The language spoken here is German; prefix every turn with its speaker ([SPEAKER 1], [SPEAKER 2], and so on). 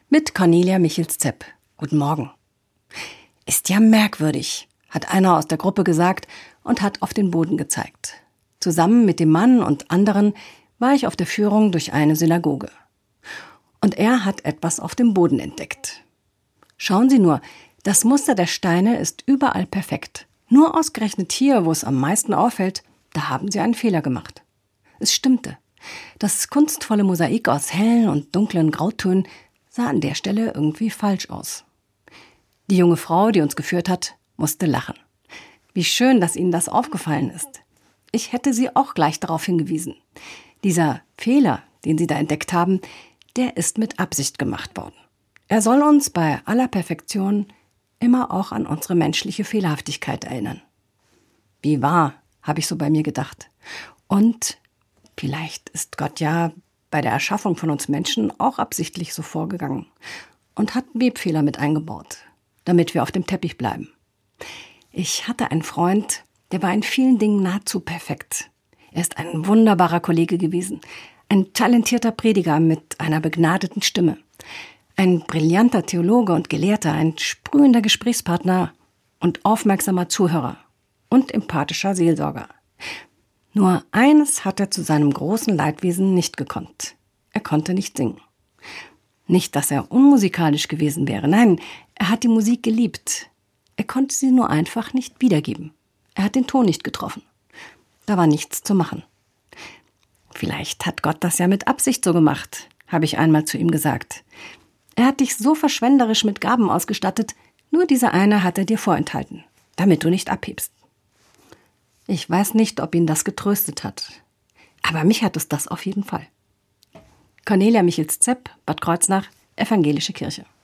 [SPEAKER 1] Mit Cornelia Michels-Zepp. Guten Morgen. Ist ja merkwürdig, hat einer aus der Gruppe gesagt und hat auf den Boden gezeigt. Zusammen mit dem Mann und anderen war ich auf der Führung durch eine Synagoge. Und er hat etwas auf dem Boden entdeckt. Schauen Sie nur, das Muster der Steine ist überall perfekt. Nur ausgerechnet hier, wo es am meisten auffällt, da haben sie einen Fehler gemacht. Es stimmte. Das kunstvolle Mosaik aus hellen und dunklen Grautönen sah an der Stelle irgendwie falsch aus. Die junge Frau, die uns geführt hat, musste lachen. Wie schön, dass Ihnen das aufgefallen ist. Ich hätte Sie auch gleich darauf hingewiesen. Dieser Fehler, den Sie da entdeckt haben, der ist mit Absicht gemacht worden. Er soll uns bei aller Perfektion immer auch an unsere menschliche Fehlerhaftigkeit erinnern. Wie wahr, habe ich so bei mir gedacht. Und vielleicht ist Gott ja bei der Erschaffung von uns Menschen auch absichtlich so vorgegangen und hat Webfehler mit eingebaut, damit wir auf dem Teppich bleiben. Ich hatte einen Freund, der war in vielen Dingen nahezu perfekt. Er ist ein wunderbarer Kollege gewesen, ein talentierter Prediger mit einer begnadeten Stimme, ein brillanter Theologe und Gelehrter, ein sprühender Gesprächspartner und aufmerksamer Zuhörer und empathischer Seelsorger. Nur eines hat er zu seinem großen Leidwesen nicht gekonnt. Er konnte nicht singen. Nicht, dass er unmusikalisch gewesen wäre. Nein, er hat die Musik geliebt. Er konnte sie nur einfach nicht wiedergeben. Er hat den Ton nicht getroffen. Da war nichts zu machen. Vielleicht hat Gott das ja mit Absicht so gemacht, habe ich einmal zu ihm gesagt. Er hat dich so verschwenderisch mit Gaben ausgestattet, nur diese eine hat er dir vorenthalten, damit du nicht abhebst. Ich weiß nicht, ob ihn das getröstet hat. Aber mich hat es das auf jeden Fall. Cornelia Michels-Zepp, Bad Kreuznach, Evangelische Kirche.